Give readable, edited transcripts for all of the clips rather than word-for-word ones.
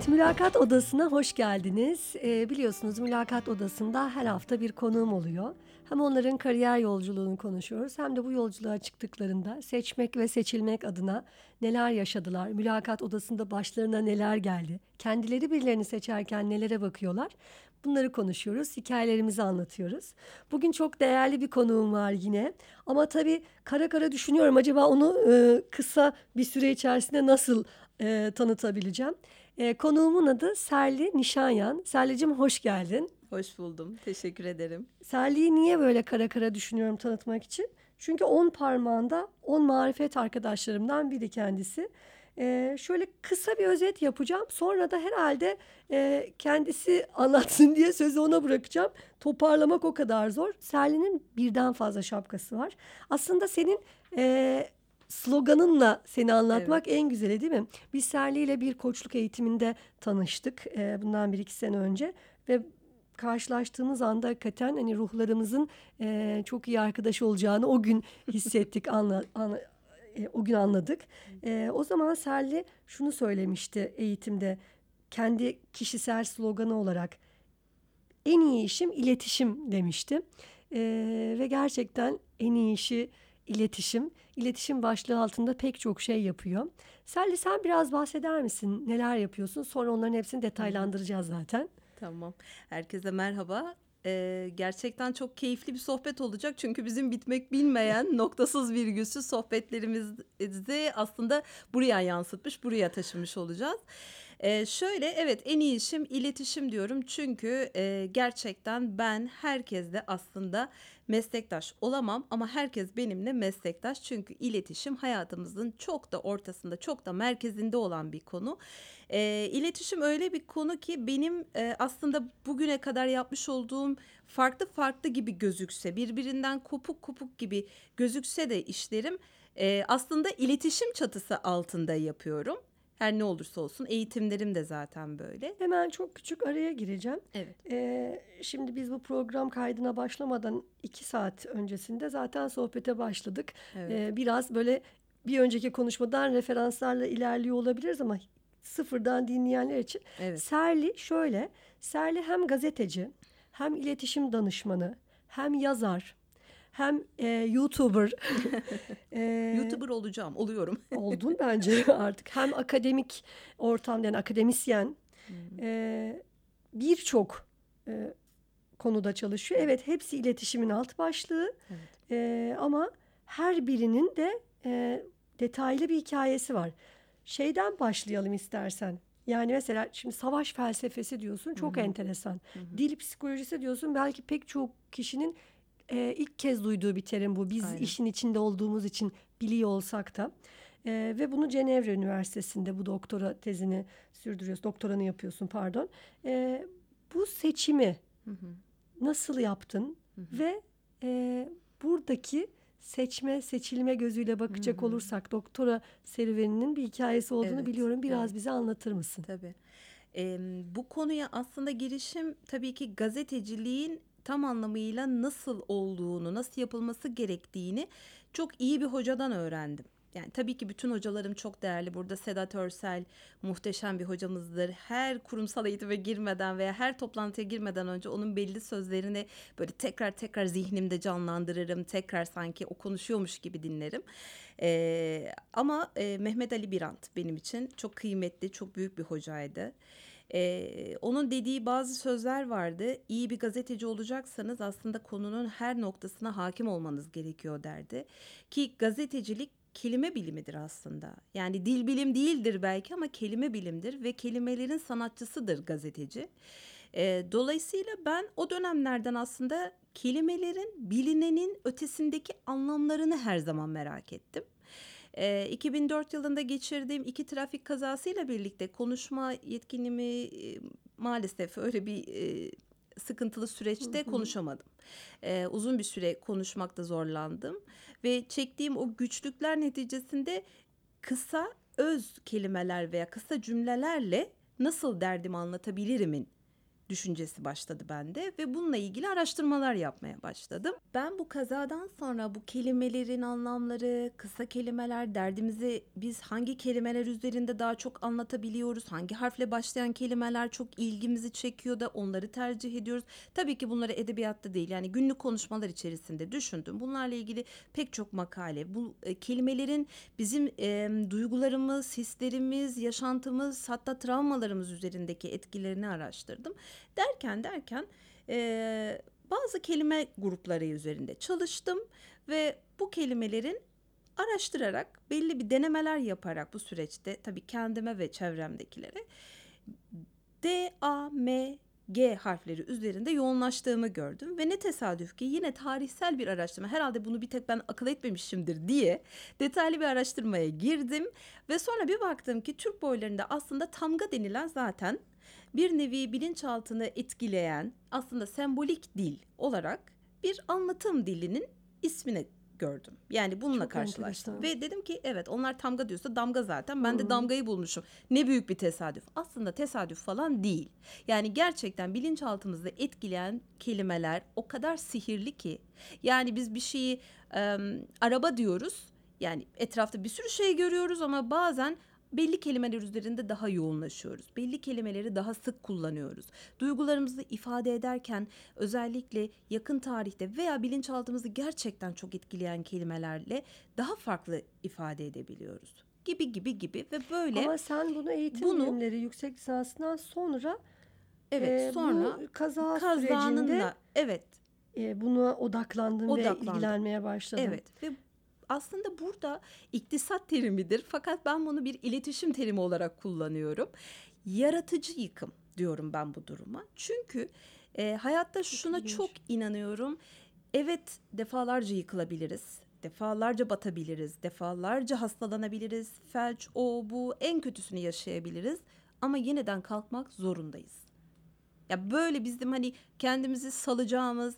Mülakat Odası'na hoş geldiniz. Biliyorsunuz Mülakat Odası'nda her hafta bir konuğum oluyor. Hem onların kariyer yolculuğunu konuşuyoruz hem de bu yolculuğa çıktıklarında seçmek ve seçilmek adına neler yaşadılar, Mülakat Odası'nda başlarına neler geldi, kendileri birilerini seçerken nelere bakıyorlar. Bunları konuşuyoruz, hikayelerimizi anlatıyoruz. Bugün çok değerli bir konuğum var yine. Ama tabii kara kara düşünüyorum acaba onu kısa bir süre içerisinde nasıl tanıtabileceğim. Konuğumun adı Serli Nişanyan. Serlicim hoş geldin. Hoş buldum. Teşekkür ederim. Serli'yi niye böyle kara kara düşünüyorum tanıtmak için? Çünkü 10 parmağında 10 marifet arkadaşlarımdan biri kendisi. Şöyle kısa bir özet yapacağım. Sonra da herhalde kendisi anlatsın diye sözü ona bırakacağım. Toparlamak o kadar zor. Serli'nin birden fazla şapkası var. Aslında senin sloganınla seni Evet. anlatmak en güzeli değil mi? Biz Serli ile bir koçluk eğitiminde tanıştık bundan 1-2 sene önce ve karşılaştığımız anda hakikaten hani ruhlarımızın çok iyi arkadaş olacağını o gün hissettik, o gün anladık. O zaman Serli şunu söylemişti eğitimde kendi kişisel sloganı olarak en iyi işim iletişim demişti. Ve gerçekten en iyi işi iletişim. İletişim başlığı altında pek çok şey yapıyor. Serli sen biraz bahseder misin? Neler yapıyorsun? Sonra onların hepsini Hı hı. detaylandıracağız zaten. Tamam. Herkese merhaba. Gerçekten çok keyifli bir sohbet olacak. Çünkü bizim bitmek bilmeyen noktasız virgülsüz sohbetlerimizi aslında buraya yansıtmış, buraya taşımış olacağız. Şöyle evet en iyi işim iletişim diyorum. Çünkü gerçekten ben herkesle aslında meslektaş olamam ama herkes benimle meslektaş. Çünkü iletişim hayatımızın çok da ortasında, çok da merkezinde olan bir konu. İletişim öyle bir konu ki benim aslında bugüne kadar yapmış olduğum farklı farklı gibi gözükse, birbirinden kopuk kopuk gibi gözükse de işlerim aslında iletişim çatısı altında yapıyorum. Her ne olursa olsun eğitimlerim de zaten böyle. Hemen çok küçük araya gireceğim. Evet, Şimdi biz bu program kaydına başlamadan 2 saat öncesinde zaten sohbete başladık. evet, Biraz böyle bir önceki konuşmadan referanslarla ilerliyor olabiliriz ama sıfırdan dinleyenler için. evet. Serli şöyle, Serli hem gazeteci, hem iletişim danışmanı, hem yazar, hem YouTuber. Ee, YouTuber olacağım, oluyorum. Oldun bence artık. Hem akademik ortamda yani akademisyen Hı hı. e, birçok e, konuda çalışıyor. Evet, Evet hepsi iletişimin alt başlığı evet. ama her birinin de detaylı bir hikayesi var. Şeyden başlayalım istersen. Yani mesela şimdi savaş felsefesi diyorsun Hı çok hı, enteresan. hı hı. Dil psikolojisi diyorsun belki pek çok kişinin ilk kez duyduğu bir terim bu. Biz Aynen. işin içinde olduğumuz için biliyor olsak da. Ve bunu Cenevre Üniversitesi'nde bu doktora tezini sürdürüyorsun. Doktoranı yapıyorsun pardon. Bu seçimi Hı hı, nasıl yaptın? hı hı, Ve buradaki seçme seçilme gözüyle hı bakacak hı. olursak doktora serüveninin bir hikayesi olduğunu Evet, biliyorum. Biraz evet. bize anlatır mısın? Tabii. Bu konuya aslında girişim tabii ki gazeteciliğin tam anlamıyla nasıl olduğunu, nasıl yapılması gerektiğini çok iyi bir hocadan öğrendim. Yani tabii ki bütün hocalarım çok değerli. Burada Sedat Örsel muhteşem bir hocamızdır. Her kurumsal eğitime girmeden veya her toplantıya girmeden önce onun belli sözlerini böyle tekrar tekrar zihnimde canlandırırım. Tekrar sanki o konuşuyormuş gibi dinlerim. Ama Mehmet Ali Birant benim için çok kıymetli, çok büyük bir hocaydı. Onun dediği bazı sözler vardı. İyi bir gazeteci olacaksanız aslında konunun her noktasına hakim olmanız gerekiyor derdi. Ki gazetecilik kelime bilimidir aslında. Yani dil bilim değildir belki ama kelime bilimdir ve kelimelerin sanatçısıdır gazeteci. Dolayısıyla ben o dönemlerden aslında kelimelerin bilinenin ötesindeki anlamlarını her zaman merak ettim. 2004 yılında geçirdiğim 2 trafik kazasıyla birlikte konuşma yetkinliğimi maalesef öyle bir sıkıntılı Hı süreçte hı. konuşamadım. Uzun bir süre konuşmakta zorlandım ve çektiğim o güçlükler neticesinde kısa öz kelimeler veya kısa cümlelerle nasıl derdimi anlatabilirimin düşüncesi başladı bende ve bununla ilgili araştırmalar yapmaya başladım. Ben bu kazadan sonra bu kelimelerin anlamları, kısa kelimeler, derdimizi biz hangi kelimeler üzerinde daha çok anlatabiliyoruz, hangi harfle başlayan kelimeler çok ilgimizi çekiyor da onları tercih ediyoruz. Tabii ki bunları edebiyatta değil, yani günlük konuşmalar içerisinde düşündüm. Bunlarla ilgili pek çok makale, bu kelimelerin bizim duygularımız, hislerimiz, yaşantımız, hatta travmalarımız üzerindeki etkilerini araştırdım. Derken bazı kelime grupları üzerinde çalıştım ve bu kelimelerin araştırarak, belli bir denemeler yaparak bu süreçte tabii kendime ve çevremdekilere D, A, M, G harfleri üzerinde yoğunlaştığımı gördüm ve ne tesadüf ki yine tarihsel bir araştırma, herhalde bunu bir tek ben akıl etmemişimdir diye detaylı bir araştırmaya girdim ve sonra bir baktım ki Türk boylarında aslında tamga denilen, zaten bir nevi bilinçaltını etkileyen, aslında sembolik dil olarak bir anlatım dilinin ismini gördüm. Yani bununla Çok karşılaştım enteresan. ve dedim ki evet, onlar tamga diyorsa damga zaten, ben de damgayı bulmuşum. Ne büyük bir tesadüf. Aslında tesadüf falan değil. Yani gerçekten bilinçaltımızda etkileyen kelimeler o kadar sihirli ki. Yani biz bir şeyi araba diyoruz. Yani etrafta bir sürü şey görüyoruz ama bazen belli kelimeler üzerinde daha yoğunlaşıyoruz. Belli kelimeleri daha sık kullanıyoruz. Duygularımızı ifade ederken özellikle yakın tarihte veya bilinçaltımızı gerçekten çok etkileyen kelimelerle daha farklı ifade edebiliyoruz. Gibi ve böyle Ama sen bunu eğitim bunu bilimleri yüksek lisansından sonra evet bu sonra kaza sürecinde kazanınla evet buna odaklandın ve odaklandım. ilgilenmeye başladın. Evet ve aslında burada iktisat terimidir fakat ben bunu bir iletişim terimi olarak kullanıyorum. Yaratıcı yıkım diyorum ben bu duruma. Çünkü hayatta Çok şuna ilginç. çok inanıyorum. Evet, defalarca yıkılabiliriz. Defalarca batabiliriz. Defalarca hastalanabiliriz. Felç, o bu, en kötüsünü yaşayabiliriz. Ama yeniden kalkmak zorundayız. Ya böyle bizim hani kendimizi salacağımız,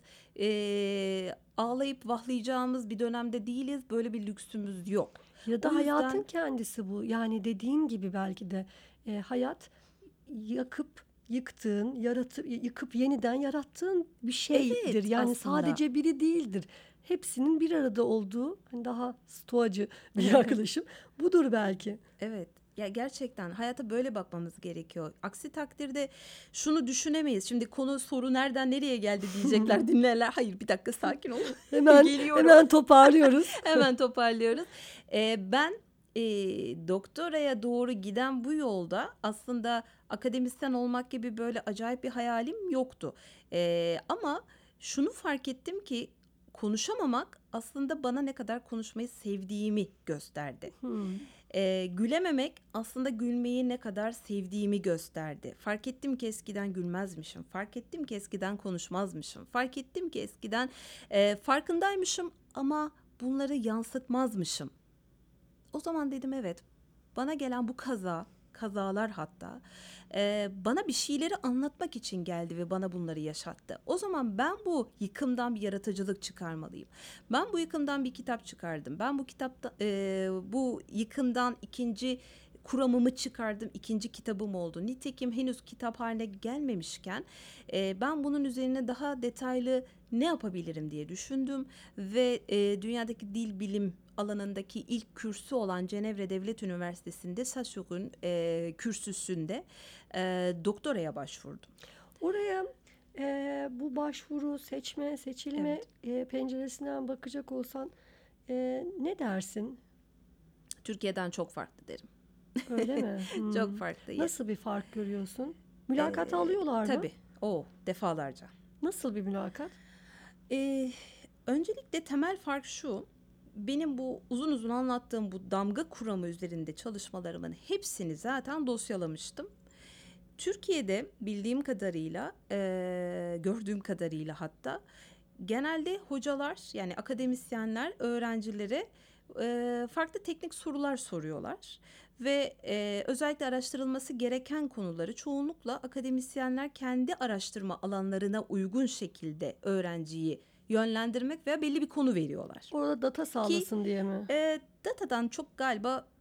ağlayıp vahlayacağımız bir dönemde değiliz. Böyle bir lüksümüz yok. Ya O da hayatın yüzden kendisi bu. Yani dediğin gibi belki de hayat yakıp yıktığın, yıkıp yeniden yarattığın bir şeydir. evet Yani aslında. sadece biri değildir. Hepsinin bir arada olduğu, hani daha stoacı bir yaklaşım budur belki. Evet. Ya gerçekten hayata böyle bakmamız gerekiyor. Aksi takdirde şunu düşünemeyiz. Şimdi konu, soru nereden nereye geldi diyecekler dinlerler. Hayır, bir dakika sakin ol. Hemen Geliyorum. hemen toparlıyoruz. Hemen toparlıyoruz. Ben doktoraya doğru giden bu yolda aslında akademisyen olmak gibi böyle acayip bir hayalim yoktu. Ama şunu fark ettim ki konuşamamak aslında bana ne kadar konuşmayı sevdiğimi gösterdi. Hmm. Gülememek aslında gülmeyi ne kadar sevdiğimi gösterdi. Fark ettim ki eskiden gülmezmişim. Fark ettim ki eskiden konuşmazmışım. Fark ettim ki eskiden farkındaymışım ama bunları yansıtmazmışım. O zaman dedim evet, bana gelen bu kazalar hatta bana bir şeyleri anlatmak için geldi ve bana bunları yaşattı. O zaman ben bu yıkımdan bir yaratıcılık çıkarmalıyım. Ben bu yıkımdan bir kitap çıkardım. Ben bu kitapta bu yıkımdan ikinci kuramımı çıkardım. İkinci kitabım oldu. Nitekim henüz kitap haline gelmemişken ben bunun üzerine daha detaylı ne yapabilirim diye düşündüm ve dünyadaki dil bilim alanındaki ilk kürsü olan Cenevre Devlet Üniversitesi'nde Saçok'un kürsüsünde doktoraya başvurdum. Oraya bu başvuru, seçme, seçilme penceresinden bakacak olsan ne dersin? Türkiye'den çok farklı derim. Öyle mi? Çok farklı. Nasıl bir fark görüyorsun? Mülakat Ee, alıyorlar mı? tabii. Defalarca. Nasıl bir mülakat? Ee, Öncelikle temel fark şu. Benim bu uzun uzun anlattığım bu damga kuramı üzerinde çalışmalarımın hepsini zaten dosyalamıştım. Türkiye'de bildiğim kadarıyla, gördüğüm kadarıyla hatta genelde hocalar, yani akademisyenler öğrencilere farklı teknik sorular soruyorlar ve özellikle araştırılması gereken konuları çoğunlukla akademisyenler kendi araştırma alanlarına uygun şekilde öğrenciyi yönlendirmek veya belli bir konu veriyorlar. Orada data Ki sağlasın diye mi? datadan çok galiba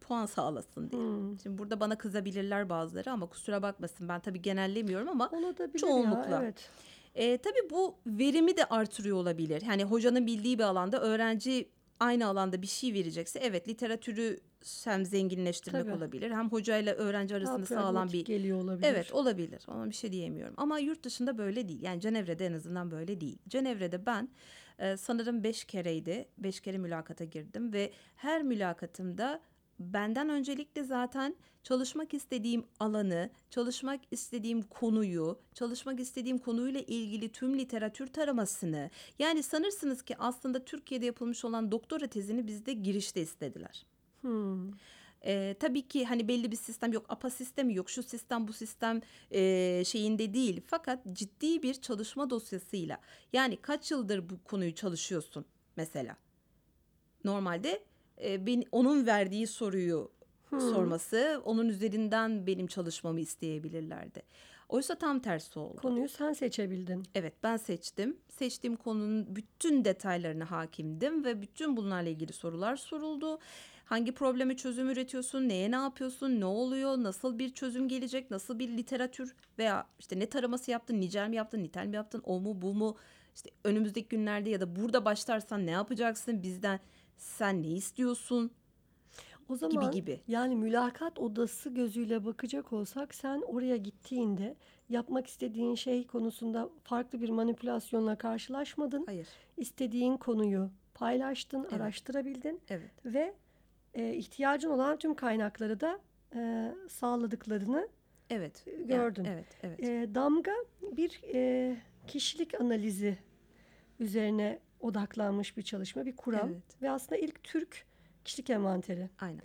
puan sağlasın diye. Şimdi burada bana kızabilirler bazıları ama kusura bakmasın, ben tabii genellemiyorum ama Olabilir ya, çoğunlukla. evet. Tabii bu verimi de artırıyor olabilir. Hani hocanın bildiği bir alanda öğrenci aynı alanda bir şey verecekse, evet, literatürü hem zenginleştirmek Tabii. olabilir, hem hocayla öğrenci Daha arasında sağlam pragmatik bir, geliyor evet, olabilir. olabilir. Ona bir şey diyemiyorum. Ama yurt dışında böyle değil. Yani Cenevre'de en azından böyle değil. Cenevre'de ben sanırım 5 kereydi. 5 kere mülakata girdim ve her mülakatımda benden öncelikle zaten çalışmak istediğim alanı, çalışmak istediğim konuyu, çalışmak istediğim konuyla ilgili tüm literatür taramasını, yani sanırsınız ki aslında Türkiye'de yapılmış olan doktora tezini bizde girişte istediler. Hmm. Tabii ki hani belli bir sistem yok, APA sistemi yok, şu sistem bu sistem şeyinde değil. Fakat ciddi bir çalışma dosyasıyla, yani kaç yıldır bu konuyu çalışıyorsun mesela. Normalde onun verdiği soruyu Hmm. sorması, onun üzerinden benim çalışmamı isteyebilirlerdi. Oysa tam tersi oldu. Konuyu sen seçebildin. Evet, ben seçtim. Seçtiğim konunun bütün detaylarına hakimdim ve bütün bunlarla ilgili sorular soruldu. Hangi probleme çözüm üretiyorsun, neye ne yapıyorsun, ne oluyor, nasıl bir çözüm gelecek, nasıl bir literatür veya işte ne taraması yaptın, nicel mi yaptın, nitel mi yaptın, o mu bu mu, işte önümüzdeki günlerde ya da burada başlarsan ne yapacaksın, bizden sen ne istiyorsun, O gibi zaman gibi. yani mülakat odası gözüyle bakacak olsak sen oraya gittiğinde yapmak istediğin şey konusunda farklı bir manipülasyonla karşılaşmadın. Hayır. İstediğin konuyu paylaştın, Evet. araştırabildin Evet. ve ihtiyacın olan tüm kaynakları da sağladıklarını Evet. Yani gördün. evet, evet. Damga bir kişilik analizi üzerine odaklanmış bir çalışma, bir kuram Evet. ve aslında ilk Türk kişilik envanteri. Aynen.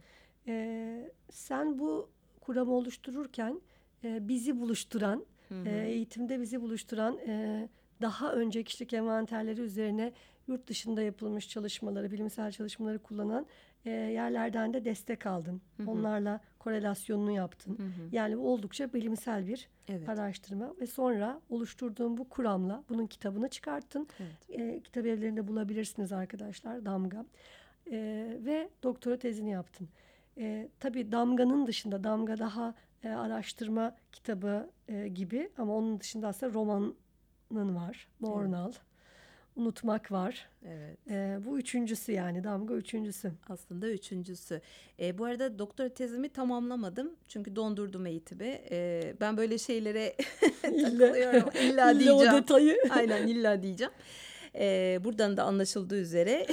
Sen bu kuramı oluştururken bizi buluşturan, Hı hı. eğitimde bizi buluşturan daha önce kişilik envanterleri üzerine yurt dışında yapılmış çalışmaları, bilimsel çalışmaları kullanan yerlerden de destek aldın. Hı hı. Onlarla korelasyonunu yaptın. Hı hı. Yani bu oldukça bilimsel bir Evet. araştırma ve sonra oluşturduğun bu kuramla bunun kitabını çıkarttın. Evet. Kitap evlerinde bulabilirsiniz arkadaşlar, Damga. Ve doktora tezini yaptın. Tabii Damga'nın dışında, Damga daha araştırma kitabı gibi ama onun dışında aslında romanın var. Evet. Mornal. Unutmak var. Evet. Bu üçüncüsü, yani Damga üçüncüsü. Aslında üçüncüsü. Bu arada doktora tezimi tamamlamadım. Çünkü dondurdum eğitimi. Ben böyle şeylere İlle, takılıyorum. İlla ille o diyeceğim. detayı. Aynen, illa diyeceğim. Buradan da anlaşıldığı üzere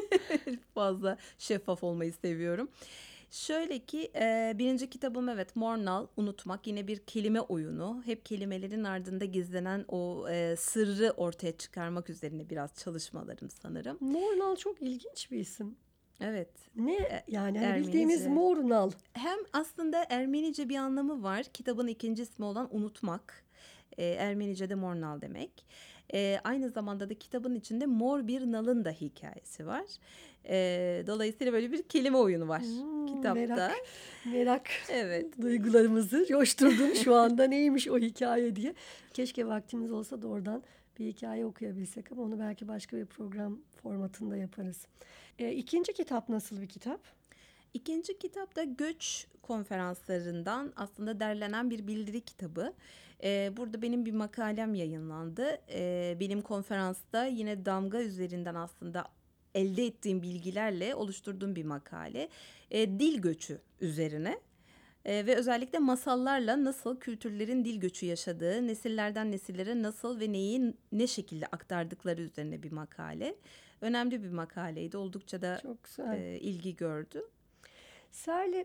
fazla şeffaf olmayı seviyorum. Şöyle ki birinci kitabım, evet, Mornal, unutmak, yine bir kelime oyunu. Hep kelimelerin ardında gizlenen o sırrı ortaya çıkarmak üzerine biraz çalışmalarım sanırım. Mornal çok ilginç bir isim. Evet. Ne yani, hani bildiğimiz Ermenice. Mornal. Hem aslında Ermenice bir anlamı var. Kitabın ikinci ismi olan unutmak. Ermenice'de mornal demek. Aynı zamanda da kitabın içinde mor bir nalın da hikayesi var. Dolayısıyla böyle bir kelime oyunu var kitapta. Merak, merak Evet. duygularımızı coşturdun şu anda, neymiş o hikaye diye. Keşke vaktimiz olsa da oradan bir hikaye okuyabilsek ama onu belki başka bir program formatında yaparız. İkinci kitap nasıl bir kitap? İkinci kitap da göç konferanslarından aslında derlenen bir bildiri kitabı. Burada benim bir makalem yayınlandı. Benim konferansta yine Damga üzerinden aslında elde ettiğim bilgilerle oluşturduğum bir makale. Dil göçü üzerine. Ve özellikle masallarla nasıl kültürlerin dil göçü yaşadığı, nesillerden nesillere nasıl ve neyi ne şekilde aktardıkları üzerine bir makale. Önemli bir makaleydi. Oldukça da Çok güzel. ilgi gördü. Serli,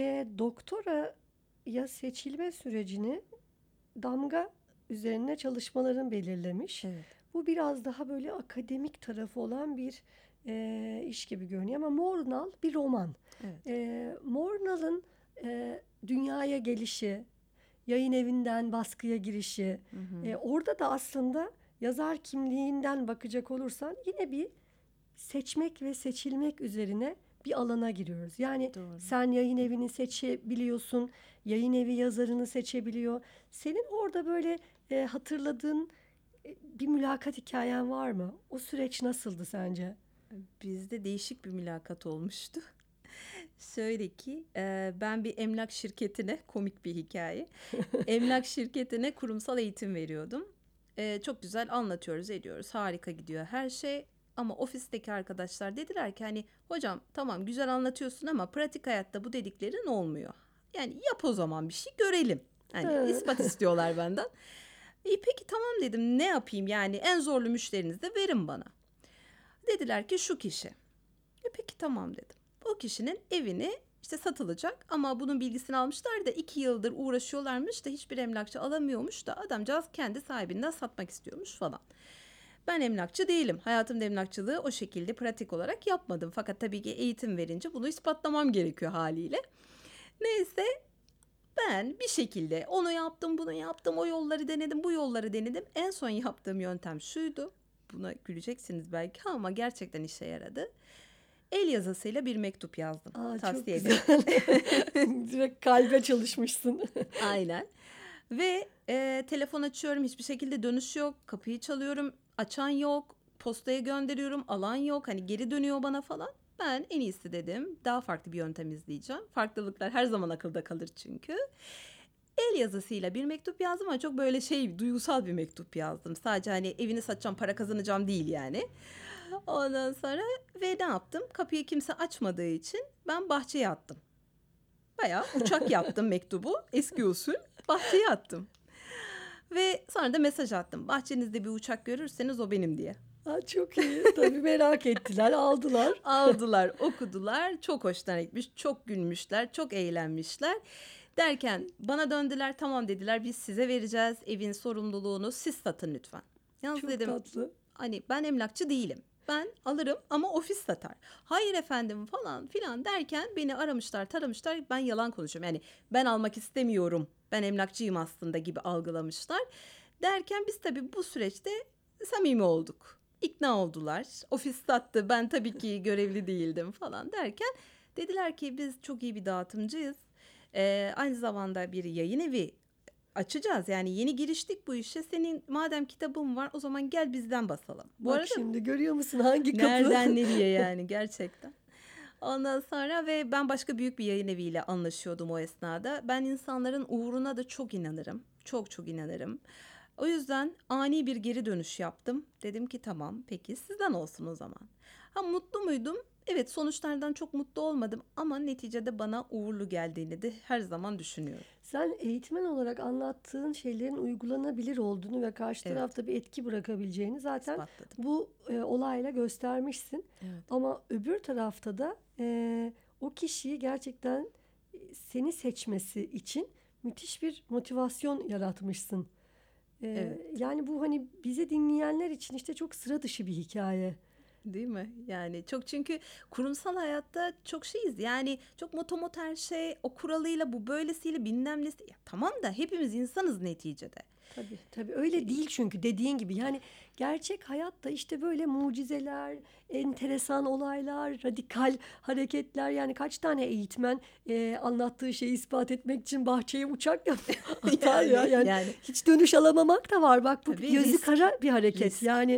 doktoraya seçilme sürecini Damga üzerine çalışmaların belirlemiş. Evet. Bu biraz daha böyle akademik tarafı olan bir iş gibi görünüyor ama Mornal bir roman. Evet. Mornal'ın dünyaya gelişi, yayın evinden baskıya girişi, Hı hı. orada da aslında yazar kimliğinden bakacak olursan yine bir seçmek ve seçilmek üzerine bir alana giriyoruz. Yani Doğru. sen yayın evini seçebiliyorsun, yayın evi yazarını seçebiliyor. Senin orada böyle hatırladığın bir mülakat hikayen var mı? O süreç nasıldı sence? Bizde değişik bir mülakat olmuştu. Şöyle ki ben bir emlak şirketine, komik bir hikaye. Emlak şirketine kurumsal eğitim veriyordum. Çok güzel anlatıyoruz, ediyoruz. Harika gidiyor her şey. Ama ofisteki arkadaşlar dediler ki hani hocam tamam güzel anlatıyorsun ama pratik hayatta bu dediklerin olmuyor. Yani yap o zaman bir şey görelim. Hani Ha, ispat istiyorlar benden. İyi peki tamam dedim, ne yapayım yani en zorlu müşterinizi de verin bana. Dediler ki şu kişi. Peki tamam dedim. O kişinin evini işte satılacak ama bunun bilgisini almışlar da 2 yıldır uğraşıyorlarmış da hiçbir emlakçı alamıyormuş da adamcağız kendi sahibinden satmak istiyormuş falan. Ben emlakçı değilim. Hayatımda emlakçılığı o şekilde pratik olarak yapmadım. Fakat tabii ki eğitim verince bunu ispatlamam gerekiyor haliyle. Neyse ben bir şekilde onu yaptım, bunu yaptım, o yolları denedim, bu yolları denedim. En son yaptığım yöntem şuydu. Buna güleceksiniz belki ama gerçekten işe yaradı. El yazısıyla bir mektup yazdım. çok Tavsiye ederim. güzel. Direkt kalbe çalışmışsın. Aynen. Ve telefon açıyorum, hiçbir şekilde dönüş yok. Kapıyı çalıyorum, açan yok. Postaya gönderiyorum, alan yok. Hani geri dönüyor bana falan. Ben en iyisi dedim. Daha farklı bir yöntem izleyeceğim. Farklılıklar her zaman akılda kalır çünkü. El yazısıyla bir mektup yazdım ama çok böyle duygusal bir mektup yazdım. Sadece hani evini satacağım, para kazanacağım değil yani. Ondan sonra ve ne yaptım? Kapıyı kimse açmadığı için ben bahçeye attım. Bayağı uçak yaptım mektubu. Eski usul bahçeye attım. Ve sonra da mesaj attım. Bahçenizde bir uçak görürseniz o benim diye. Çok iyi. Tabii merak ettiler, aldılar. Aldılar, okudular. Çok hoşlarına gitmiş, çok gülmüşler, çok eğlenmişler. Derken bana döndüler, tamam dediler, biz size vereceğiz evin sorumluluğunu, siz satın lütfen. Yalnız Çok dedim tatlı. hani ben emlakçı değilim. Ben alırım ama ofis satar. Hayır efendim falan filan derken beni aramışlar, taramışlar. Ben yalan konuşuyorum. Yani ben almak istemiyorum. Ben emlakçıyım aslında gibi algılamışlar. Derken biz tabii bu süreçte samimi olduk. İkna oldular. Ofis sattı. Ben tabii ki görevli değildim falan derken dediler ki biz çok iyi bir dağıtımcıyız. Aynı zamanda bir yayın evi açacağız. Yani yeni giriştik bu işe. Senin madem kitabın var o zaman gel bizden basalım. Bu Bak arada şimdi görüyor musun hangi kapı? nereden nereye yani gerçekten. Ondan sonra ve ben başka büyük bir yayın eviyle anlaşıyordum o esnada. Ben insanların uğruna da çok inanırım. Çok çok inanırım. O yüzden ani bir geri dönüş yaptım. Dedim ki tamam peki sizden olsun o zaman. Ha mutlu muydum? Evet sonuçlardan çok mutlu olmadım ama neticede bana uğurlu geldiğini de her zaman düşünüyorum. Sen eğitmen olarak anlattığın şeylerin uygulanabilir olduğunu ve karşı Evet, tarafta bir etki bırakabileceğini zaten ispatladım. bu olayla göstermişsin. Evet. Ama öbür tarafta da o kişiyi gerçekten seni seçmesi için müthiş bir motivasyon yaratmışsın. Evet. Yani bu hani bizi dinleyenler için işte çok sıra dışı bir hikaye. Değil mi? Yani çok çünkü kurumsal hayatta çok şeyiz. Yani çok motomot her şey o kuralıyla bu böylesiyle bilmem nesi. Ya tamam da hepimiz insanız neticede. Tabii tabii öyle değil çünkü dediğin gibi yani gerçek hayatta işte böyle mucizeler, enteresan olaylar, radikal hareketler yani kaç tane eğitmen anlattığı şeyi ispat etmek için bahçeye uçak atar ya Yani yani yani hiç dönüş alamamak da var bak bu tabii yazı risk kara bir hareket risk. yani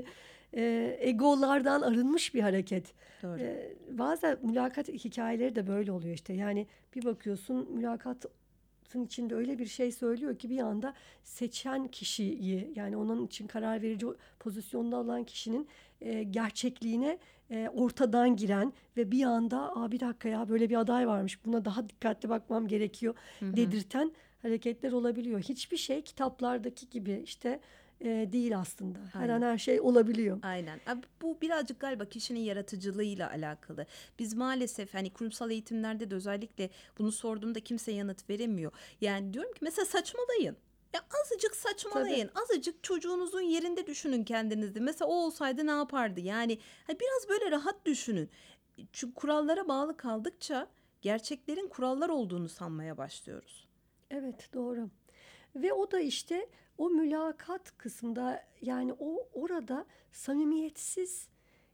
egolardan arınmış bir hareket. Doğru. Bazen mülakat hikayeleri de böyle oluyor işte yani bir bakıyorsun mülakat içinde öyle bir şey söylüyor ki bir anda seçen kişiyi yani onun için karar verici pozisyonda olan kişinin gerçekliğine ortadan giren ve bir anda bir dakika ya böyle bir aday varmış buna daha dikkatli bakmam gerekiyor Hı hı. dedirten hareketler olabiliyor. Hiçbir şey kitaplardaki gibi işte değil aslında. Her an Aynen. her şey olabiliyor. Aynen. Bu birazcık galiba kişinin yaratıcılığıyla alakalı. Biz maalesef hani kurumsal eğitimlerde de özellikle bunu sorduğumda kimse yanıt veremiyor. Yani diyorum ki mesela saçmalayın. Ya azıcık Tabii. saçmalayın. Azıcık çocuğunuzun yerinde düşünün kendinizi. Mesela o olsaydı ne yapardı? Yani biraz böyle rahat düşünün. Çünkü kurallara bağlı kaldıkça gerçeklerin kurallar olduğunu sanmaya başlıyoruz. Evet doğru. Ve o da işte o mülakat kısmında yani o orada samimiyetsiz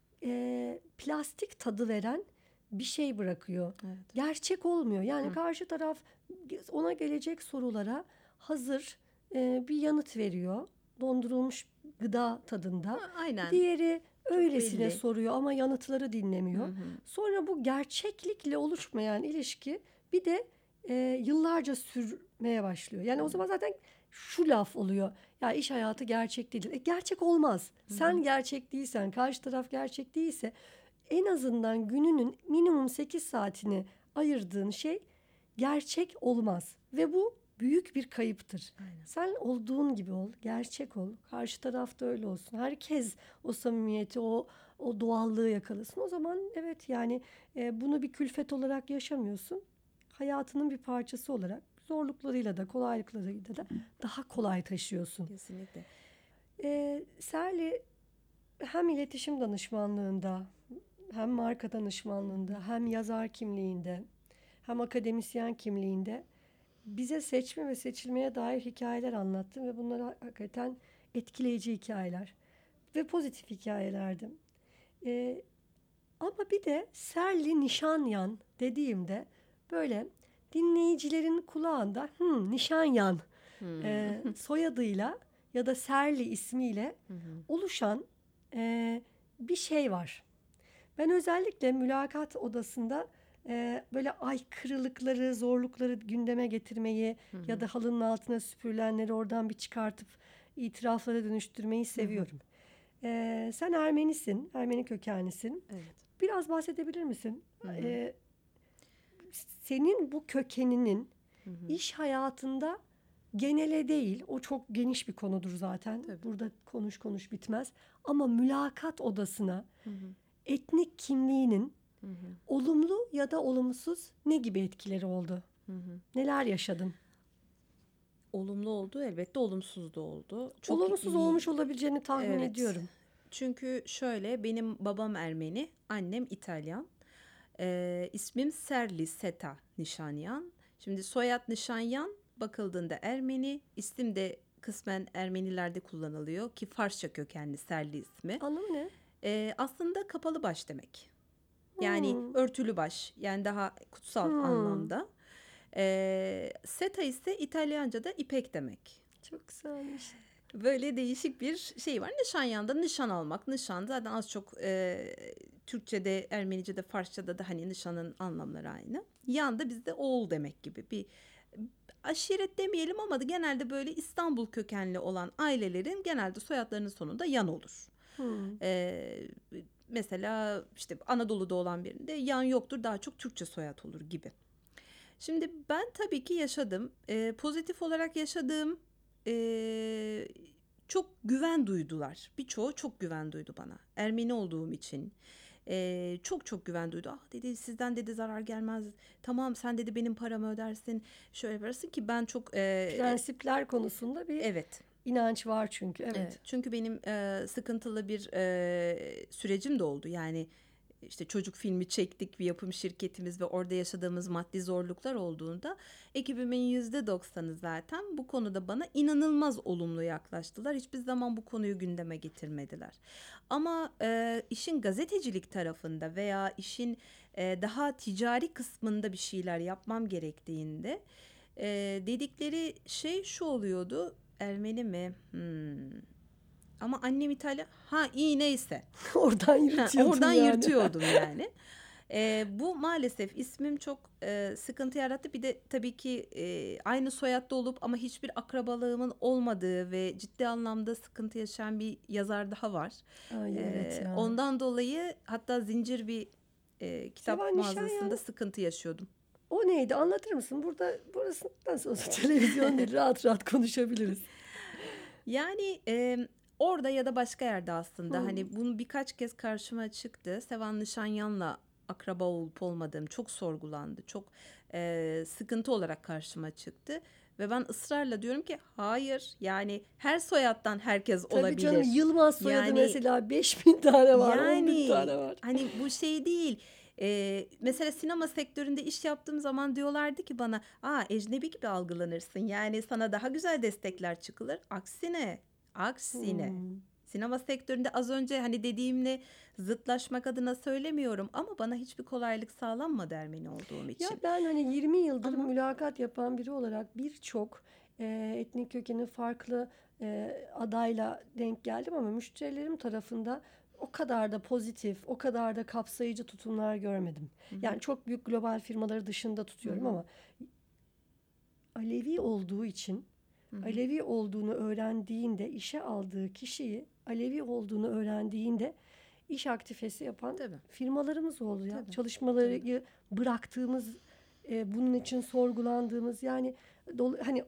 plastik tadı veren bir şey bırakıyor. Evet. Gerçek olmuyor. Yani Hı. karşı taraf ona gelecek sorulara hazır bir yanıt veriyor. Dondurulmuş gıda tadında. Aynen. Diğeri öylesine belli. soruyor ama yanıtları Hı dinlemiyor. hı. Sonra bu gerçeklikle oluşmayan ilişki bir de yıllarca sürmeye başlıyor. Yani o zaman zaten şu laf oluyor. Ya iş hayatı gerçek değil. Gerçek olmaz. Hı hı. Sen gerçek değilsen, karşı taraf gerçek değilse en azından gününün minimum 8 saatini ayırdığın şey gerçek olmaz. Ve bu büyük bir kayıptır. Aynen. Sen olduğun gibi ol, gerçek ol. Karşı tarafta öyle olsun. Herkes o samimiyeti, o doğallığı yakalasın. O zaman evet yani bunu bir külfet olarak yaşamıyorsun. Hayatının bir parçası olarak zorluklarıyla da kolaylıklarıyla da daha kolay taşıyorsun. Kesinlikle. Sally hem iletişim danışmanlığında, hem marka danışmanlığında, hem yazar kimliğinde, hem akademisyen kimliğinde bize seçme ve seçilmeye dair hikayeler anlattı ve bunlar hakikaten etkileyici hikayeler ve pozitif hikayelerdi. Ee, Ama bir de Serli Nişanyan dediğimde böyle dinleyicilerin kulağında Nişanyan Hmm. soyadıyla ya da Serli ismiyle Hı hı. oluşan bir şey var. Ben özellikle mülakat odasında böyle aykırılıkları, zorlukları gündeme getirmeyi Hı hı. ya da halının altına süpürülenleri oradan bir çıkartıp itiraflara dönüştürmeyi Hı hı. seviyorum. Sen Ermenisin, Ermeni kökenlisin. Evet. Biraz bahsedebilir misin? Hı hı. Ee, Senin bu kökeninin Hı hı. iş hayatında genele değil, o çok geniş bir konudur zaten. Tabii. Burada konuş konuş bitmez. Ama mülakat odasına Hı hı. etnik kimliğinin Hı hı. olumlu ya da olumsuz ne gibi etkileri oldu? Hı hı. Neler yaşadın? Olumlu oldu, elbette olumsuz da oldu. Çok Olumsuz olmuş iyi. olabileceğini tahmin Evet. ediyorum. Çünkü şöyle, benim babam Ermeni, annem İtalyan. İsmim Serli Seta Nişanyan. Şimdi soyad Nişanyan bakıldığında Ermeni, isim de kısmen Ermenilerde kullanılıyor ki Farsça kökenli Serli ismi. Anlamı ne? Aslında kapalı baş demek. Yani Hmm, örtülü baş, yani daha kutsal hmm. anlamda. Seta ise İtalyanca'da ipek demek. Çok güzelmiş. Böyle değişik bir şey var. Nişanyan'da nişan almak. Nişan zaten az çok Türkçe'de, Ermenice'de, Farsça'da da hani nişanın anlamları aynı. Yan da bizde oğul demek gibi bir aşiret demeyelim ama da genelde böyle İstanbul kökenli olan ailelerin genelde soyadlarının sonunda yan olur. Hmm. E, Mesela işte Anadolu'da olan birinde yan yoktur, daha çok Türkçe soyad olur gibi. Şimdi ben tabii ki yaşadım. Pozitif olarak yaşadığım çok güven duydular. Birçoğu çok güven duydu bana. Ermeni olduğum için. Çok çok güven duydu. Ah dedi, sizden dedi zarar gelmez. Tamam, sen dedi benim paramı ödersin. Şöyle yaparsın ki ben çok Prensipler konusunda bir evet. inanç var çünkü. Evet, Evet. çünkü benim sıkıntılı bir sürecim de oldu. Yani işte çocuk filmi çektik, bir yapım şirketimiz ve orada yaşadığımız maddi zorluklar olduğunda ekibimin %90'ı zaten bu konuda bana inanılmaz olumlu yaklaştılar. Hiçbir zaman bu konuyu gündeme getirmediler. Ama işin gazetecilik tarafında veya işin daha ticari kısmında bir şeyler yapmam gerektiğinde dedikleri şey şu oluyordu. Ermeni mi? Ama annem İtalyan. Ha, iyi, neyse. Oradan yırtıyordun Oradan yani. yırtıyordum yani. Bu maalesef ismim çok sıkıntı yarattı. Bir de tabii ki aynı soyadda olup ama hiçbir akrabalığımın olmadığı ve ciddi anlamda sıkıntı yaşayan bir yazar daha var. Ay evet ya. Ondan dolayı hatta zincir bir kitap Sevan mağazasında Nişanyan sıkıntı yaşıyordum. o neydi? Anlatır mısın? Burası nasıl olsa televizyon değil. Rahat rahat konuşabiliriz. Yani orada ya da başka yerde aslında Hmm. hani bunu birkaç kez karşıma çıktı. Sevan Nişanyan'la akraba olup olmadığım çok sorgulandı. Çok sıkıntı olarak karşıma çıktı. Ve ben ısrarla diyorum ki hayır, yani her soyaddan herkes Tabii canım, olabilir. Yılmaz soyadı Yani mesela 5.000 tane var, 10.000 yani tane var. hani bu şey değil. Mesela sinema sektöründe iş yaptığım zaman diyorlardı ki bana, ecnebi gibi algılanırsın. Yani sana daha güzel destekler çıkılır. Aksine. Hmm. Sinema sektöründe az önce hani dediğimle zıtlaşmak adına söylemiyorum ama bana hiçbir kolaylık sağlanmadı Ermeni olduğum Ya için. ben hani 20 yıldır Ama mülakat yapan biri olarak birçok etnik kökeni farklı adayla denk geldim ama müşterilerim tarafında o kadar da pozitif, o kadar da kapsayıcı tutumlar görmedim. Hı hı. Yani çok büyük global firmaları dışında Hı tutuyorum hı. ama Alevi olduğu için, Hı hı. Alevi olduğunu öğrendiğinde, işe aldığı kişiyi Alevi olduğunu öğrendiğinde iş aktifesi yapan Tabii. firmalarımız oldu ya. Tabii. Tabii. Çalışmaları bıraktığımız, bunun için sorgulandığımız, yani hani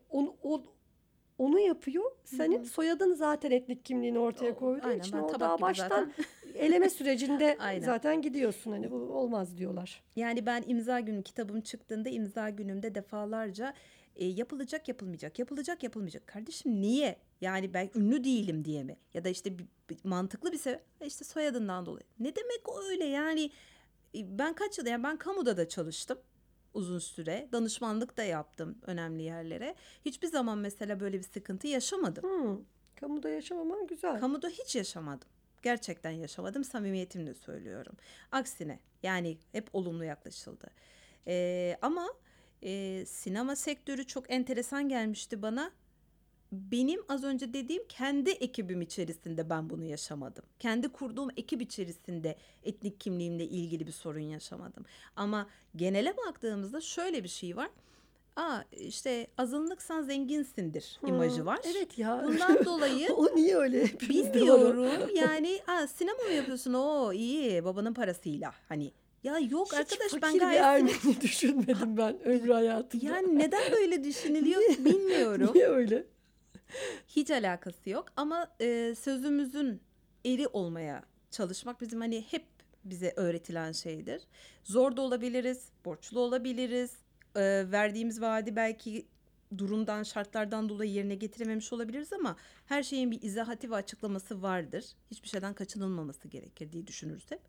onu yapıyor. Hı Senin hı. soyadın zaten etnik kimliğini ortaya koyduğu Aynen, için ben o tabak daha gibi baştan zaten. eleme sürecinde Aynen. zaten gidiyorsun. Hani bu olmaz diyorlar. Yani ben imza günü kitabım çıktığında imza günümde defalarca yapılacak yapılmayacak, yapılacak yapılmayacak. Kardeşim niye? Yani ben ünlü değilim diye mi? Ya da işte mantıklı bir sebep. İşte soyadından dolayı. Ne demek o öyle yani? Ben kaç yıl, yani ben kamuda da çalıştım uzun süre. Danışmanlık da yaptım önemli yerlere. Hiçbir zaman mesela böyle bir sıkıntı yaşamadım. Hmm, kamuda yaşamaman güzel. Kamuda hiç yaşamadım. Gerçekten yaşamadım. Samimiyetimle söylüyorum. Aksine yani hep olumlu yaklaşıldı. Ama sinema sektörü çok enteresan gelmişti bana. Benim az önce dediğim kendi ekibim içerisinde ben bunu yaşamadım. Kendi kurduğum ekip içerisinde etnik kimliğimle ilgili bir sorun yaşamadım. Ama genele baktığımızda şöyle bir şey var. İşte azınlıksan zenginsindir imajı var. Evet ya. Bundan dolayı O niye öyle hepimizde var o? bilmiyorum yani sinema mı yapıyorsun, o iyi babanın parasıyla, hani ya yok Hiç arkadaş, ben fakir bir gayet Ermeni Ha- düşünmedim ben ömrü hayatımda. yani neden böyle düşünülüyor Niye? bilmiyorum, Niye öyle? hiç alakası yok ama sözümüzün eri olmaya çalışmak bizim hani hep bize öğretilen şeydir. Zor da olabiliriz, borçlu olabiliriz, verdiğimiz vaadi belki durumdan, şartlardan dolayı yerine getirememiş olabiliriz ama her şeyin bir izahati ve açıklaması vardır. Hiçbir şeyden kaçınılmaması gerekir diye düşünürüz hep.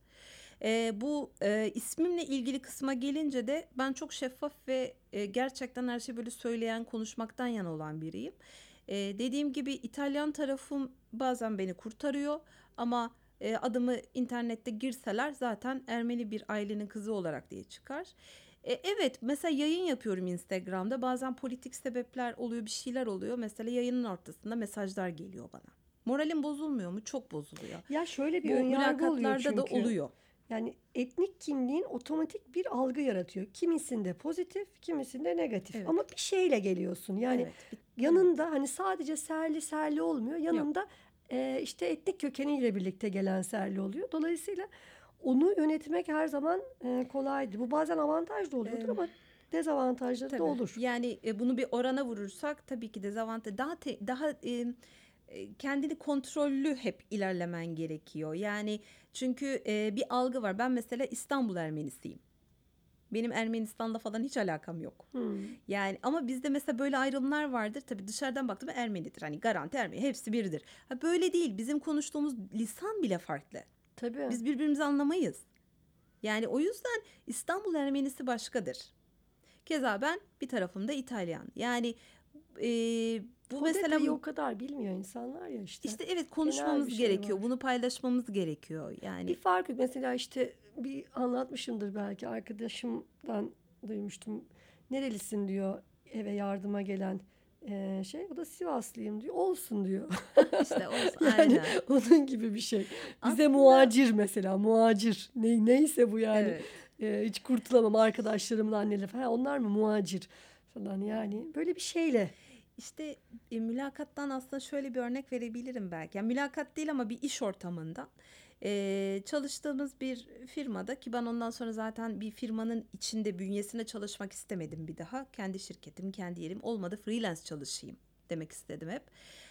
Bu ismimle ilgili kısma gelince de ben çok şeffaf ve gerçekten her şeyi böyle söyleyen, konuşmaktan yana olan biriyim. Dediğim gibi İtalyan tarafım bazen beni kurtarıyor ama adımı internette girseler zaten Ermeni bir ailenin kızı olarak diye çıkar. Evet, mesela yayın yapıyorum Instagram'da, bazen politik sebepler oluyor, bir şeyler oluyor, mesela yayının ortasında mesajlar geliyor bana. Moralim bozulmuyor mu? Çok bozuluyor. Ya şöyle bir Bu önyargı oluyor mülakatlarda da çünkü. oluyor. Yani etnik kimliğin otomatik bir algı yaratıyor. Kimisinde pozitif, kimisinde negatif. Evet. Ama bir şeyle geliyorsun. Yani Evet. Evet. yanında hani sadece serli olmuyor. Yok. Yanında işte etnik kökeniyle birlikte gelen serli oluyor. Dolayısıyla onu yönetmek her zaman kolaydı. Bu bazen avantaj da oluyordur Eee, ama dezavantajları da tabii. olur. Yani bunu bir orana vurursak tabii ki dezavantaj daha kendini kontrollü hep ilerlemen gerekiyor. Yani çünkü bir algı var. Ben mesela İstanbul Ermenisiyim. Benim Ermenistan'la falan hiç alakam yok. Hmm, Yani ama bizde mesela böyle ayrımlar vardır. Tabii dışarıdan baktığımda Ermenidir. Hani garanti Ermeni. Hepsi biridir. Ha, böyle değil. Bizim konuştuğumuz lisan bile farklı. tabii. Biz birbirimizi anlamayız. Yani o yüzden İstanbul Ermenisi başkadır. Keza ben bir tarafımda İtalyan. Yani e, bu O mesela detayı o kadar bilmiyor insanlar ya işte. işte evet, Genel bir konuşmamız şey gerekiyor. var. Bunu paylaşmamız gerekiyor. Bir Yani fark yok. Mesela işte bir anlatmışımdır belki arkadaşımdan duymuştum. Nerelisin diyor eve yardıma gelen şey. O da Sivaslıyım diyor. Olsun diyor. işte olsun, Yani aynen. onun gibi bir şey. Bize Aslında muacir mesela muacir. Neyse bu yani. evet. Hiç kurtulamam arkadaşlarımın anneleri falan. Onlar mı muacir falan yani. Böyle bir şeyle. İşte mülakattan aslında şöyle bir örnek verebilirim belki. Yani mülakat değil ama bir iş ortamından. Çalıştığımız bir firmada, ki ben ondan sonra zaten bir firmanın içinde bünyesine çalışmak istemedim bir daha. Kendi şirketim, kendi yerim olmadı, freelance çalışayım demek istedim hep.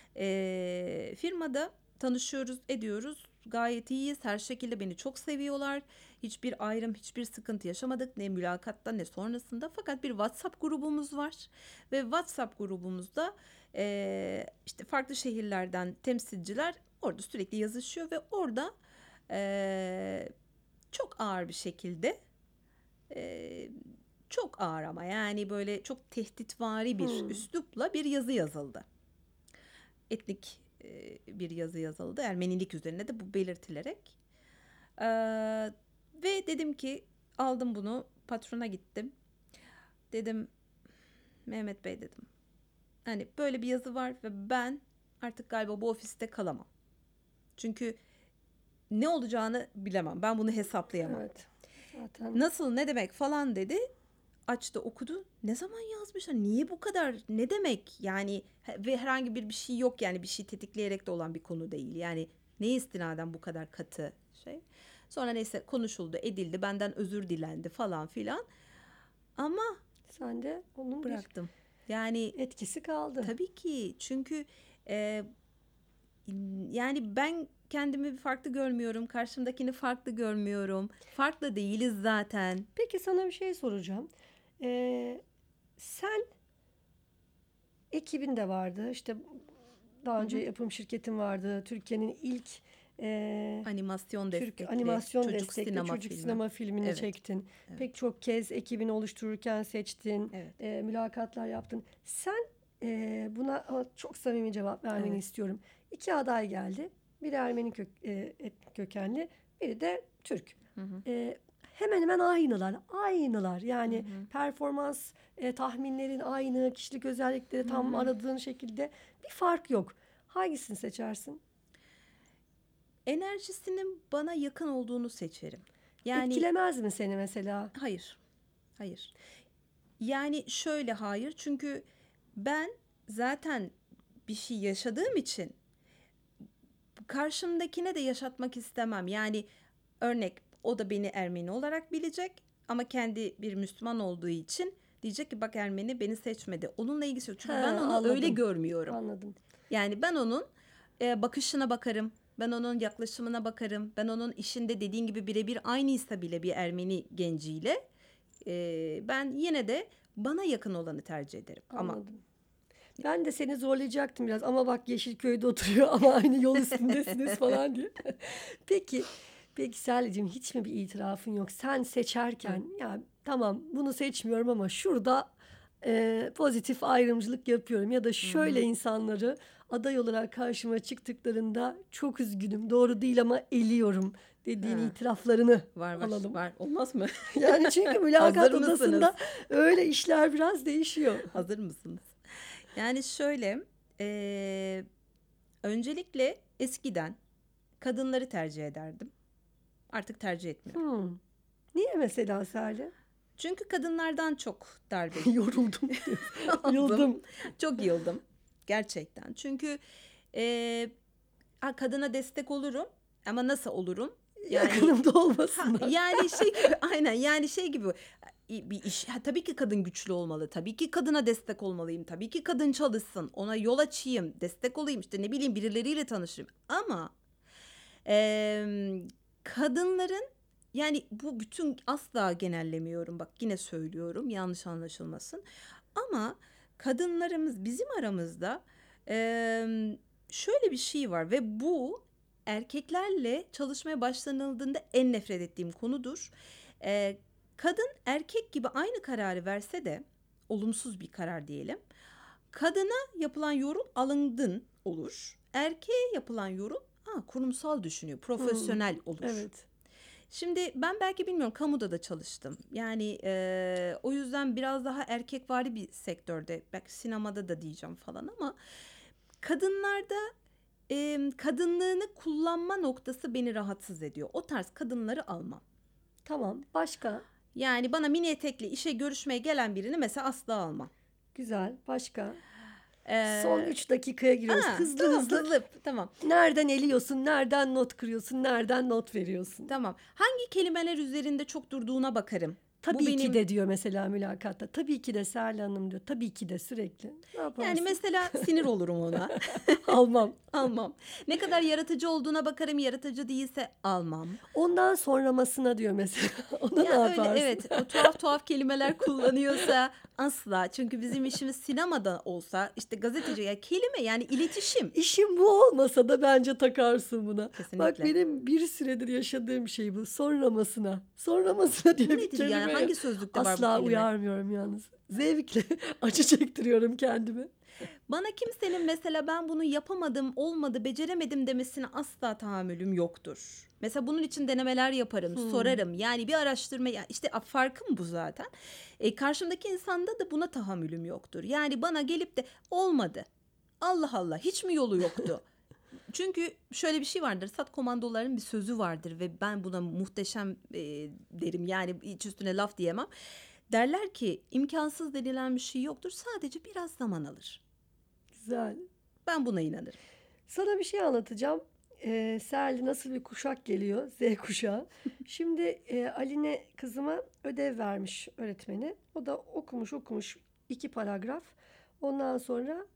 Firmada tanışıyoruz, ediyoruz. Gayet iyiyiz. Her şekilde beni çok seviyorlar. Hiçbir ayrım, hiçbir sıkıntı yaşamadık. Ne mülakatta ne sonrasında. Fakat bir WhatsApp grubumuz var. Ve WhatsApp grubumuzda işte farklı şehirlerden temsilciler orada sürekli yazışıyor. Ve orada eee, çok ağır bir şekilde, eee, çok ağır ama yani böyle çok tehditvari bir Hmm. üslupla bir yazı yazıldı. Etnik bir yazı yazıldı. Ermenilik üzerine de bu belirtilerek. Ve dedim ki, aldım bunu patrona gittim. Dedim, Mehmet Bey dedim. Hani böyle bir yazı var ve ben artık galiba bu ofiste kalamam. Çünkü ne olacağını bilemem. Ben bunu hesaplayamam. Evet. Zaten Nasıl, ne demek falan dedi. Açtı, okudu. Ne zaman yazmışlar? Niye bu kadar? Ne demek? Yani ve herhangi bir şey yok, yani bir şey tetikleyerek de olan bir konu değil. Yani neye istinaden bu kadar katı şey? Sonra neyse konuşuldu, edildi. Benden özür dilendi falan filan. Ama sen de onun bir bıraktım. Yani etkisi kaldı. tabii ki, çünkü e, yani ben kendimi farklı görmüyorum. Karşımdakini farklı görmüyorum. Farklı değiliz zaten. Peki sana bir şey soracağım. Ee, sen ekibin de vardı. İşte daha Hı önce hı. yapım şirketin vardı. Türkiye'nin ilk Animasyon Türk destekli animasyon çocuk destekli sinema çocuk filmi. sinema filmini Evet, çektin. evet, Pek çok kez ekibini oluştururken seçtin. evet, Mülakatlar yaptın. Sen buna ama çok samimi cevap vermeni evet. istiyorum. İki aday geldi. Biri Ermeni kökenli, biri de Türk. Hı hı, Hemen hemen aynılar. Aynılar. hı Yani hı, performans tahminlerin aynı, kişilik özellikleri hı tam hı. aradığın şekilde bir fark yok. Hangisini seçersin? Enerjisinin bana yakın olduğunu seçerim. Yani Etkilemez mi seni mesela? hayır, hayır. Yani şöyle hayır, çünkü ben zaten bir şey yaşadığım için karşımdakine de yaşatmak istemem. Yani örnek, o da beni Ermeni olarak bilecek ama kendi bir Müslüman olduğu için diyecek ki bak, Ermeni beni seçmedi. Onunla ilgisi yok. He, Çünkü ben onu öyle anladım. görmüyorum. Anladım. Yani ben onun bakışına bakarım. Ben onun yaklaşımına bakarım. Ben onun işinde dediğin gibi birebir aynıysa bile bir Ermeni genciyle ben yine de bana yakın olanı tercih ederim. Ama Anladım. Ben de seni zorlayacaktım biraz ama bak Yeşilköy'de oturuyor ama aynı yol üstündesiniz falan diye. Peki, peki Salih'cim hiç mi bir itirafın yok? Sen hı, seçerken ya tamam bunu seçmiyorum ama şurada pozitif ayrımcılık yapıyorum ya da hı şöyle hı. insanları aday olarak karşıma çıktıklarında çok üzgünüm, doğru değil ama eliyorum dediğin Ha, itiraflarını var var alalım. var. Olmaz mı? Yani çünkü Hazır mülakat mısınız? odasında öyle işler biraz değişiyor. Hazır mısınız? Yani şöyle, eee, öncelikle eskiden kadınları tercih ederdim. Artık tercih etmiyorum. Hmm. Niye mesela Salih? Çünkü kadınlardan çok darbe Yoruldum diyor. aldım. Yıldım. Çok yıldım. Gerçekten. Çünkü eee, kadına destek olurum ama nasıl olurum? Yani Yakınımda olmasınlar. yani şey gibi, aynen, yani şey gibi bir iş. Tabii ki kadın güçlü olmalı. Tabii ki kadına destek olmalıyım. Tabii ki kadın çalışsın. Ona yol açayım, destek olayım, işte ne bileyim, birileriyle tanışayım. Ama kadınların, yani bu bütün, asla genellemiyorum. Bak yine söylüyorum, yanlış anlaşılmasın. Ama kadınlarımız bizim aramızda şöyle bir şey var ve bu erkeklerle çalışmaya başlanıldığında en nefret ettiğim konudur. Eee, Kadın erkek gibi aynı kararı verse de, olumsuz bir karar diyelim, kadına yapılan yorum alındın olur. Erkeğe yapılan yorum kurumsal düşünüyor, Hmm, profesyonel olur. evet. Şimdi ben belki bilmiyorum, kamuda da çalıştım. Yani o yüzden biraz daha erkekvari bir sektörde, belki sinemada da diyeceğim falan, ama kadınlarda kadınlığını kullanma noktası beni rahatsız ediyor. O tarz kadınları almam. Tamam. Başka? Yani bana mini etekli işe görüşmeye gelen birini mesela asla almam. Güzel. Başka? Son Eee 3 dakikaya giriyoruz. Hızlı tamam, hızlı. hızlı, tamam. Nereden eliyorsun? Nereden not kırıyorsun? Nereden not veriyorsun? Tamam. Hangi kelimeler üzerinde çok durduğuna bakarım. Bu Tabii ki benim, de diyor mesela mülakatta. Tabii ki de Serli Hanım diyor. Tabii ki de sürekli. Ne yani yaparsın? mesela sinir olurum ona. Almam. Almam. Ne kadar yaratıcı olduğuna bakarım. Yaratıcı değilse almam. Ondan sonramasına diyor mesela. Ona ne Ya öyle, yaparsın? evet, o tuhaf tuhaf kelimeler kullanıyorsa asla. Çünkü bizim işimiz sinemada olsa, işte gazeteci, ya kelime, yani iletişim. İşin bu olmasa da bence takarsın buna. Bak Kesinlikle. benim bir süredir yaşadığım şey bu. Sonramasına. Sonramasına diye Bu bir nedir yani? kelimeye Hangi sözlükte var bu asla kelime? uyarmıyorum yalnız. Zevkle acı çektiriyorum kendime. Bana kimsenin mesela ben bunu yapamadım, olmadı, beceremedim demesine asla tahammülüm yoktur. Mesela bunun için denemeler yaparım, Hmm. sorarım. Yani bir araştırma, ya işte farkım bu zaten. Karşımdaki insanda da buna tahammülüm yoktur. Yani bana gelip de olmadı. Allah Allah, hiç mi yolu yoktu? Çünkü şöyle bir şey vardır. SAT komandoların bir sözü vardır ve ben buna muhteşem derim. Yani hiç üstüne laf diyemem. Derler ki imkansız denilen bir şey yoktur. Sadece biraz zaman alır. Güzel. Ben buna inanırım. Sana bir şey anlatacağım. Serli nasıl bir kuşak geliyor? Z kuşağı. Şimdi Aline kızıma ödev vermiş öğretmeni. O da okumuş 2 paragraf. Ondan sonra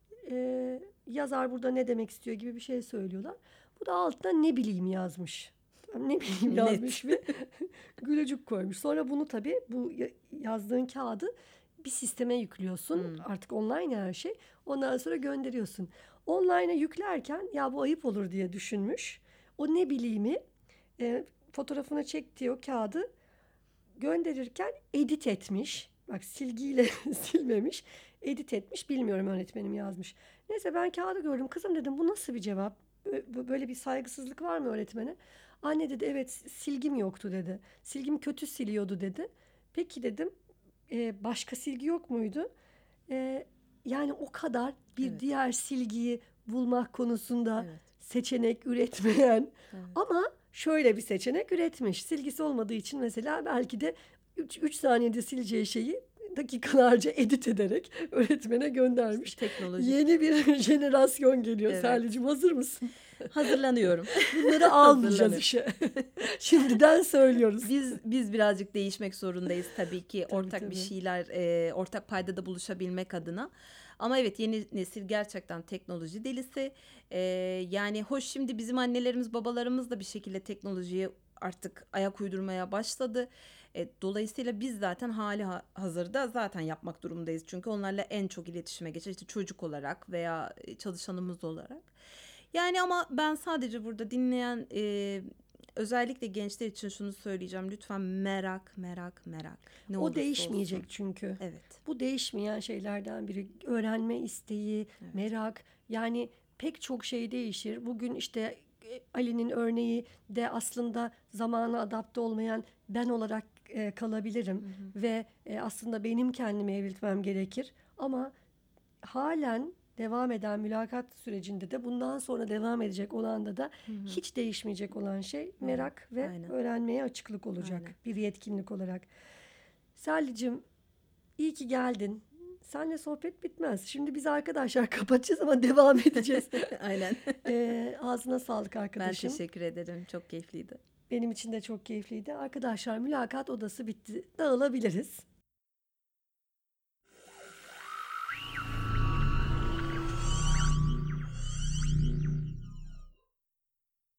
yazar burada ne demek istiyor gibi bir şey söylüyorlar. Bu da altına ne bileyim yazmış. Tamam, ne bileyim Net. yazmış ve gülücük koymuş. Sonra bunu tabii bu yazdığın kağıdı bir sisteme yüklüyorsun. Artık online her şey. Ondan sonra gönderiyorsun. Online'a yüklerken ya bu ayıp olur diye düşünmüş. O ne bileyimi fotoğrafını çektiği o kağıdı gönderirken edit etmiş. Bak silgiyle silmemiş. Edit etmiş. Bilmiyorum öğretmenim yazmış. Neyse ben kağıdı gördüm. Kızım dedim bu nasıl bir cevap? Böyle bir saygısızlık var mı öğretmene? Anne dedi evet silgim yoktu dedi. Silgim kötü siliyordu dedi. Peki dedim başka silgi yok muydu? E, Yani o kadar bir Evet. diğer silgiyi bulmak konusunda Evet. seçenek üretmeyen Evet. ama şöyle bir seçenek üretmiş. Silgisi olmadığı için mesela belki de 3 saniyede sileceği şeyi dakikalarca edit ederek öğretmene göndermiş. Teknoloji. Yeni bir jenerasyon geliyor. Evet. Serlicim hazır mısın? Hazırlanıyorum. Bunları almayacağız Hazırlanıyorum. işe. Şimdiden söylüyoruz. Biz birazcık değişmek zorundayız tabii ki Tabii, ortak bir tabii. şeyler, ortak paydada buluşabilmek adına. Ama evet yeni nesil gerçekten teknoloji delisi. Yani hoş şimdi bizim annelerimiz, babalarımız da bir şekilde teknolojiye artık ayak uydurmaya başladı. Dolayısıyla biz zaten hali hazırda zaten yapmak durumundayız. Çünkü onlarla en çok iletişime geçer işte çocuk olarak veya çalışanımız olarak. Yani ama ben sadece burada dinleyen özellikle gençler için şunu söyleyeceğim. Lütfen merak. Ne O olursa değişmeyecek olsun. çünkü. Evet. Bu değişmeyen şeylerden biri. Öğrenme isteği, Evet. merak. Yani pek çok şey değişir. Bugün işte Ali'nin örneği de aslında zamana adapte olmayan ben olarak kalabilirim. Ve aslında benim kendimi evriltmem gerekir. Ama halen devam eden mülakat sürecinde de bundan sonra devam edecek olanda da hiç değişmeyecek olan şey merak ve Aynen. öğrenmeye açıklık olacak Aynen. bir yetkinlik olarak. Sallicim iyi ki geldin. Seninle sohbet bitmez. Şimdi biz arkadaşlar kapatacağız ama devam edeceğiz. Aynen. Ağzına sağlık Ben arkadaşım. teşekkür ederim. Çok keyifliydi. Benim için de çok keyifliydi. Arkadaşlar mülakat odası bitti. Dağılabiliriz.